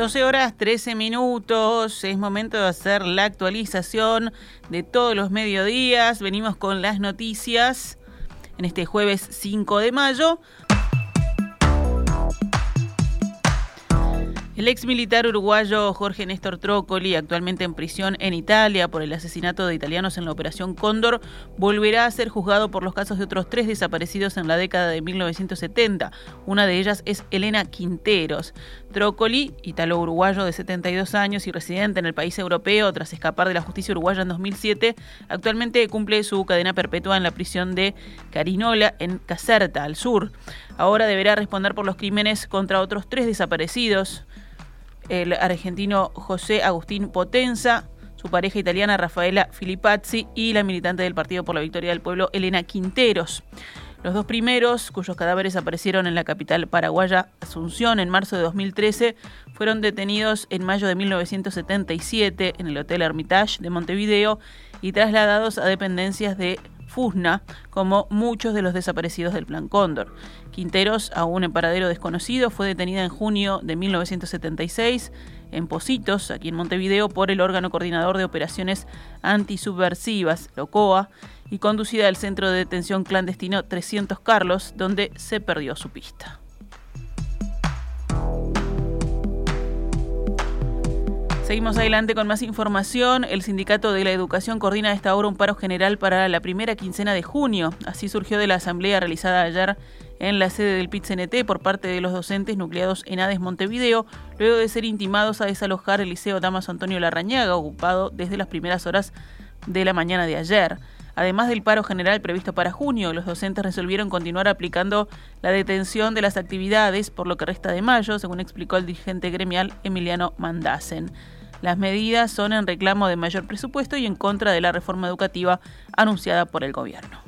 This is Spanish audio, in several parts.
12 horas 13 minutos, es momento de hacer la actualización de todos los mediodías. Venimos con las noticias en este jueves 5 de mayo. El ex militar uruguayo Jorge Néstor Trócoli, actualmente en prisión en Italia por el asesinato de italianos en la Operación Cóndor, volverá a ser juzgado por los casos de otros 3 desaparecidos en la década de 1970. Una de ellas es Elena Quinteros. Trócoli, italo-uruguayo de 72 años y residente en el país europeo tras escapar de la justicia uruguaya en 2007, actualmente cumple su cadena perpetua en la prisión de Carinola en Caserta, al sur. Ahora deberá responder por los crímenes contra otros 3 desaparecidos: el argentino José Agustín Potenza, su pareja italiana Rafaela Filippazzi y la militante del Partido por la Victoria del Pueblo Elena Quinteros. Los 2 primeros, cuyos cadáveres aparecieron en la capital paraguaya Asunción en marzo de 2013, fueron detenidos en mayo de 1977 en el Hotel Hermitage de Montevideo y trasladados a dependencias de Fusna, como muchos de los desaparecidos del Plan Cóndor. Quinteros, aún en paradero desconocido, fue detenida en junio de 1976 en Pocitos, aquí en Montevideo, por el órgano coordinador de operaciones antisubversivas, el OCOA, y conducida al centro de detención clandestino 300 Carlos, donde se perdió su pista. Seguimos adelante con más información. El Sindicato de la Educación coordina a esta hora un paro general para la primera quincena de junio. Así surgió de la asamblea realizada ayer en la sede del PIT-CNT por parte de los docentes nucleados en ADES Montevideo, luego de ser intimados a desalojar el Liceo Damaso Antonio Larrañaga, ocupado desde las primeras horas de la mañana de ayer. Además del paro general previsto para junio, los docentes resolvieron continuar aplicando la detención de las actividades por lo que resta de mayo, según explicó el dirigente gremial Emiliano Mandasen. Las medidas son en reclamo de mayor presupuesto y en contra de la reforma educativa anunciada por el gobierno.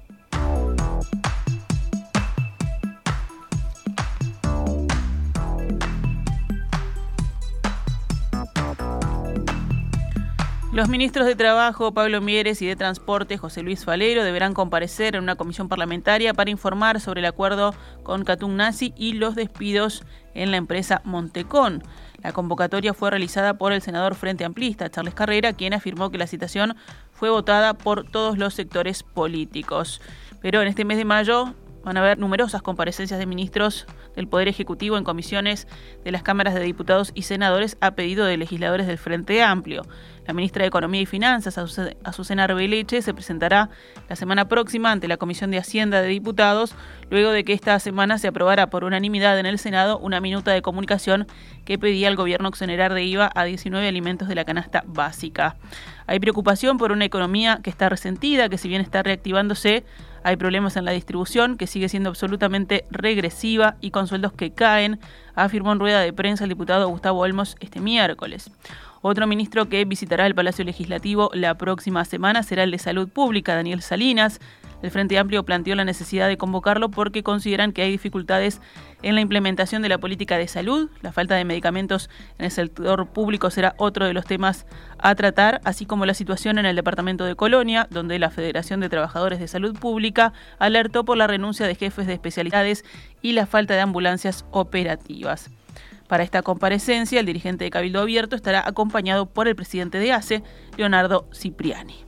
Los ministros de Trabajo, Pablo Mieres, y de Transporte, José Luis Falero, deberán comparecer en una comisión parlamentaria para informar sobre el acuerdo con Catugnasi y los despidos en la empresa Montecón. La convocatoria fue realizada por el senador Frente Amplista, Charles Carrera, quien afirmó que la citación fue votada por todos los sectores políticos. Pero en este mes de mayo van a haber numerosas comparecencias de ministros del Poder Ejecutivo en comisiones de las cámaras de diputados y senadores a pedido de legisladores del Frente Amplio. La ministra de Economía y Finanzas, Azucena Arbeleche, se presentará la semana próxima ante la Comisión de Hacienda de Diputados, luego de que esta semana se aprobara por unanimidad en el Senado una minuta de comunicación que pedía al gobierno exonerar de IVA a 19 alimentos de la canasta básica. Hay preocupación por una economía que está resentida, que si bien está reactivándose, hay problemas en la distribución, que sigue siendo absolutamente regresiva y con sueldos que caen, afirmó en rueda de prensa el diputado Gustavo Olmos este miércoles. Otro ministro que visitará el Palacio Legislativo la próxima semana será el de Salud Pública, Daniel Salinas. El Frente Amplio planteó la necesidad de convocarlo porque consideran que hay dificultades en la implementación de la política de salud. La falta de medicamentos en el sector público será otro de los temas a tratar, así como la situación en el departamento de Colonia, donde la Federación de Trabajadores de Salud Pública alertó por la renuncia de jefes de especialidades y la falta de ambulancias operativas. Para esta comparecencia, el dirigente de Cabildo Abierto estará acompañado por el presidente de ACE, Leonardo Cipriani.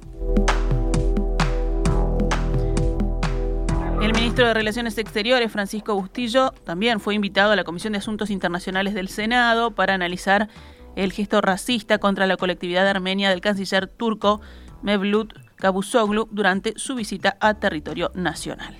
El ministro de Relaciones Exteriores, Francisco Bustillo, también fue invitado a la Comisión de Asuntos Internacionales del Senado para analizar el gesto racista contra la colectividad armenia del canciller turco Mevlut Cavusoglu durante su visita a territorio nacional.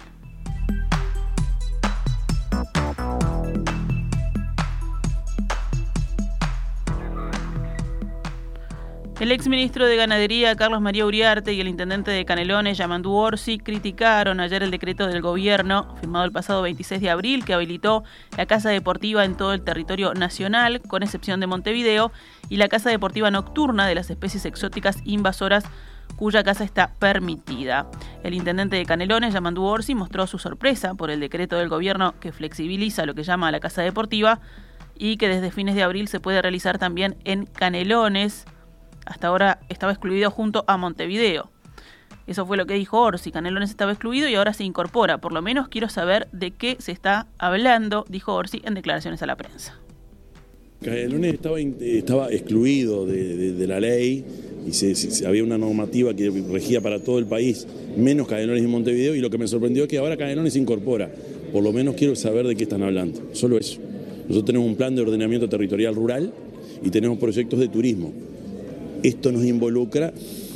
El exministro de Ganadería, Carlos María Uriarte, y el intendente de Canelones, Yamandu Orsi, criticaron ayer el decreto del gobierno, firmado el pasado 26 de abril, que habilitó la casa deportiva en todo el territorio nacional, con excepción de Montevideo, y la casa deportiva nocturna de las especies exóticas invasoras, cuya caza está permitida. El intendente de Canelones, Yamandu Orsi, mostró su sorpresa por el decreto del gobierno que flexibiliza lo que llama la casa deportiva y que desde fines de abril se puede realizar también en Canelones. Hasta ahora estaba excluido junto a Montevideo. Eso fue lo que dijo Orsi. Canelones estaba excluido y ahora se incorpora. Por lo menos quiero saber de qué se está hablando, dijo Orsi en declaraciones a la prensa. Canelones estaba excluido de la ley y había una normativa que regía para todo el país, menos Canelones y Montevideo, y lo que me sorprendió es que ahora Canelones se incorpora. Por lo menos quiero saber de qué están hablando, solo eso. Nosotros tenemos un plan de ordenamiento territorial rural y tenemos proyectos de turismo. Esto nos involucra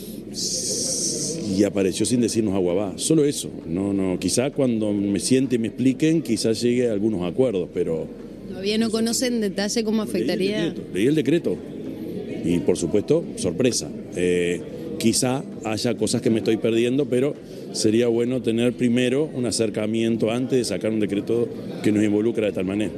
y apareció sin decirnos aguabá, solo eso. No, quizá cuando me siente y me expliquen, quizás llegue a algunos acuerdos, pero... ¿Todavía no conocen en detalle cómo afectaría? Leí el decreto y por supuesto, sorpresa. Quizá haya cosas que me estoy perdiendo, pero sería bueno tener primero un acercamiento antes de sacar un decreto que nos involucra de tal manera.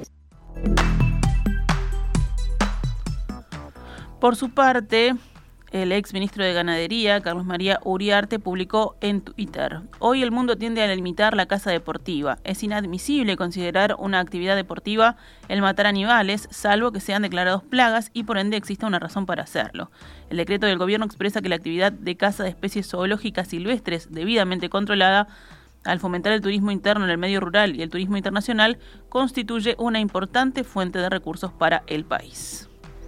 Por su parte, el ex ministro de Ganadería, Carlos María Uriarte, publicó en Twitter: hoy el mundo tiende a limitar la caza deportiva. Es inadmisible considerar una actividad deportiva el matar animales, salvo que sean declarados plagas y por ende exista una razón para hacerlo. El decreto del gobierno expresa que la actividad de caza de especies zoológicas silvestres debidamente controlada, al fomentar el turismo interno en el medio rural y el turismo internacional, constituye una importante fuente de recursos para el país.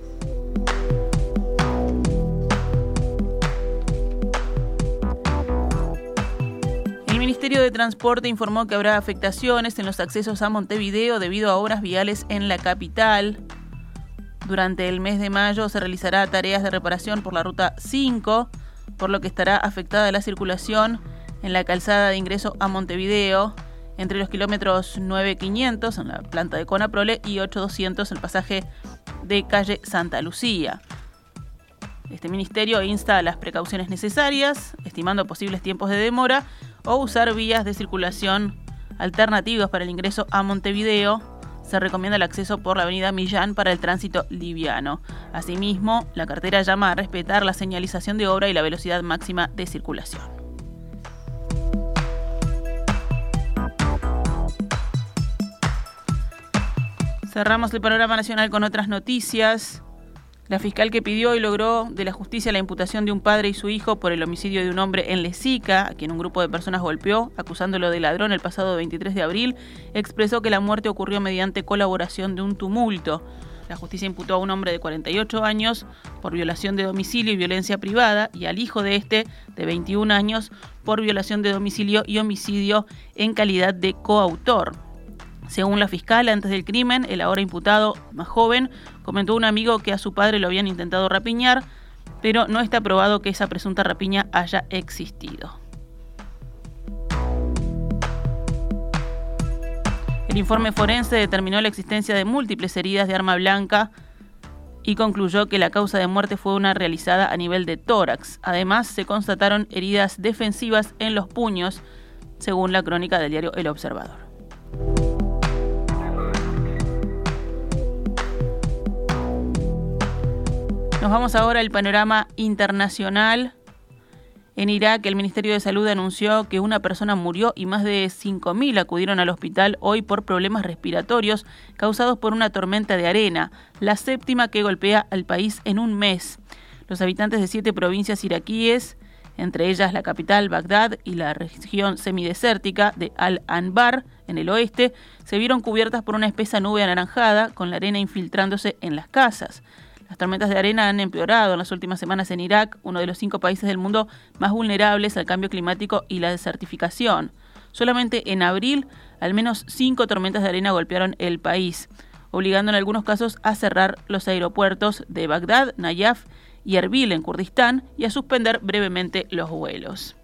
El Ministerio de Transporte informó que habrá afectaciones en los accesos a Montevideo debido a obras viales en la capital. Durante el mes de mayo se realizará tareas de reparación por la Ruta 5, por lo que estará afectada la circulación en la calzada de ingreso a Montevideo entre los kilómetros 9500 en la planta de Conaprole y 8200 en el pasaje de calle Santa Lucía. Este ministerio insta a las precauciones necesarias, estimando posibles tiempos de demora, o usar vías de circulación alternativas para el ingreso a Montevideo. Se recomienda el acceso por la avenida Millán para el tránsito liviano. Asimismo, la cartera llama a respetar la señalización de obra y la velocidad máxima de circulación. Cerramos el panorama nacional con otras noticias. La fiscal que pidió y logró de la justicia la imputación de un padre y su hijo por el homicidio de un hombre en Lezica, a quien un grupo de personas golpeó, acusándolo de ladrón el pasado 23 de abril, expresó que la muerte ocurrió mediante colaboración de un tumulto. La justicia imputó a un hombre de 48 años por violación de domicilio y violencia privada y al hijo de este, de 21 años, por violación de domicilio y homicidio en calidad de coautor. Según la fiscal, antes del crimen, el ahora imputado, más joven, comentó a un amigo que a su padre lo habían intentado rapiñar, pero no está probado que esa presunta rapiña haya existido. El informe forense determinó la existencia de múltiples heridas de arma blanca y concluyó que la causa de muerte fue una realizada a nivel de tórax. Además, se constataron heridas defensivas en los puños, según la crónica del diario El Observador. Nos vamos ahora al panorama internacional. En Irak, el Ministerio de Salud anunció que una persona murió y más de 5.000 acudieron al hospital hoy por problemas respiratorios causados por una tormenta de arena, la séptima que golpea al país en un mes. Los habitantes de 7 provincias iraquíes, entre ellas la capital Bagdad y la región semidesértica de Al-Anbar, en el oeste, se vieron cubiertas por una espesa nube anaranjada, con la arena infiltrándose en las casas. Las tormentas de arena han empeorado en las últimas semanas en Irak, uno de los 5 países del mundo más vulnerables al cambio climático y la desertificación. Solamente en abril, al menos 5 tormentas de arena golpearon el país, obligando en algunos casos a cerrar los aeropuertos de Bagdad, Nayaf y Erbil en Kurdistán y a suspender brevemente los vuelos.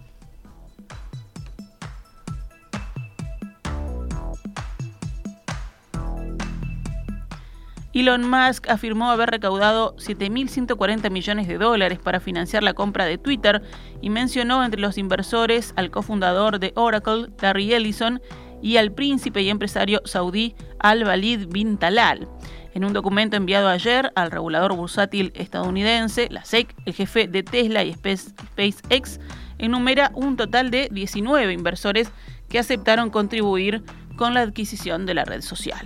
Elon Musk afirmó haber recaudado $7.140 millones para financiar la compra de Twitter y mencionó entre los inversores al cofundador de Oracle, Larry Ellison, y al príncipe y empresario saudí Al-Walid bin Talal. En un documento enviado ayer al regulador bursátil estadounidense, la SEC, el jefe de Tesla y SpaceX enumera un total de 19 inversores que aceptaron contribuir con la adquisición de la red social.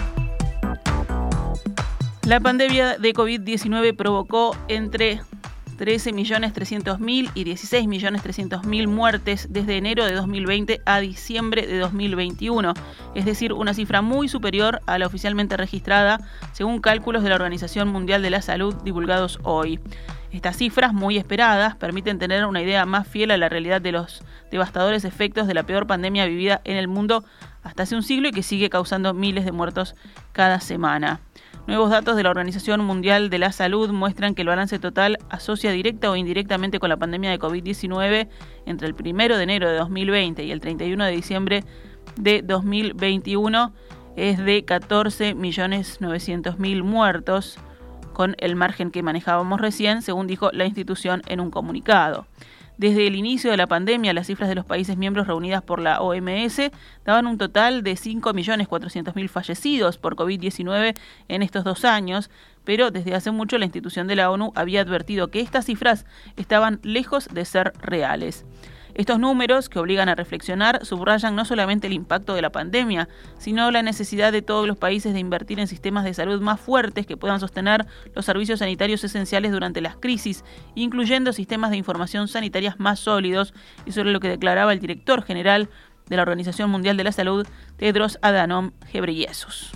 La pandemia de COVID-19 provocó entre 13.300.000 y 16.300.000 muertes desde enero de 2020 a diciembre de 2021, es decir, una cifra muy superior a la oficialmente registrada según cálculos de la Organización Mundial de la Salud divulgados hoy. Estas cifras, muy esperadas, permiten tener una idea más fiel a la realidad de los devastadores efectos de la peor pandemia vivida en el mundo hasta hace un siglo y que sigue causando miles de muertos cada semana. Nuevos datos de la Organización Mundial de la Salud muestran que el balance total asocia directa o indirectamente con la pandemia de COVID-19 entre el 1 de enero de 2020 y el 31 de diciembre de 2021 es de 14.900.000 muertos, con el margen que manejábamos recién, según dijo la institución en un comunicado. Desde el inicio de la pandemia, las cifras de los países miembros reunidas por la OMS daban un total de 5.400.000 fallecidos por COVID-19 en estos 2 años, pero desde hace mucho la institución de la ONU había advertido que estas cifras estaban lejos de ser reales. Estos números, que obligan a reflexionar, subrayan no solamente el impacto de la pandemia, sino la necesidad de todos los países de invertir en sistemas de salud más fuertes que puedan sostener los servicios sanitarios esenciales durante las crisis, incluyendo sistemas de información sanitarias más sólidos, y sobre lo que declaraba el director general de la Organización Mundial de la Salud, Tedros Adhanom Ghebreyesus.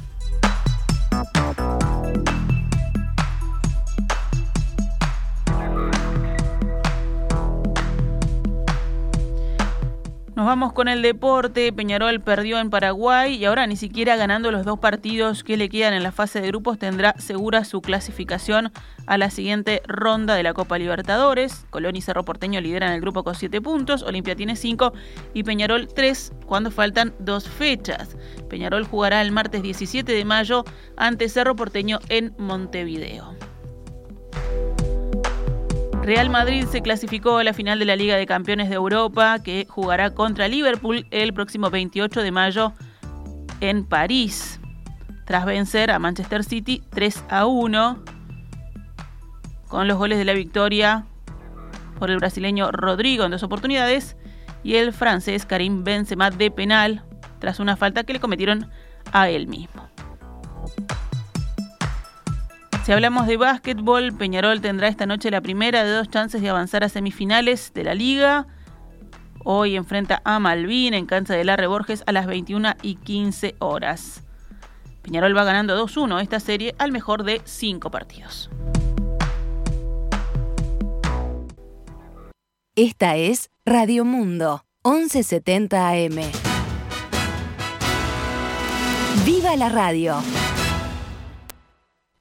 Nos vamos con el deporte. Peñarol perdió en Paraguay y ahora ni siquiera ganando los 2 partidos que le quedan en la fase de grupos tendrá segura su clasificación a la siguiente ronda de la Copa Libertadores. Colón y Cerro Porteño lideran el grupo con 7 puntos, Olimpia tiene 5 y Peñarol 3 cuando faltan 2 fechas. Peñarol jugará el martes 17 de mayo ante Cerro Porteño en Montevideo. Real Madrid se clasificó a la final de la Liga de Campeones de Europa, que jugará contra Liverpool el próximo 28 de mayo en París, tras vencer a Manchester City 3-1, con los goles de la victoria por el brasileño Rodrigo en 2 oportunidades y el francés Karim Benzema de penal, tras una falta que le cometieron a él mismo. Si hablamos de básquetbol, Peñarol tendrá esta noche la primera de 2 chances de avanzar a semifinales de la Liga. Hoy enfrenta a Malvin en cancha de Larre Borges a las 21:15 horas. Peñarol va ganando 2-1 esta serie al mejor de 5 partidos. Esta es Radio Mundo, 1170 AM. ¡Viva la radio!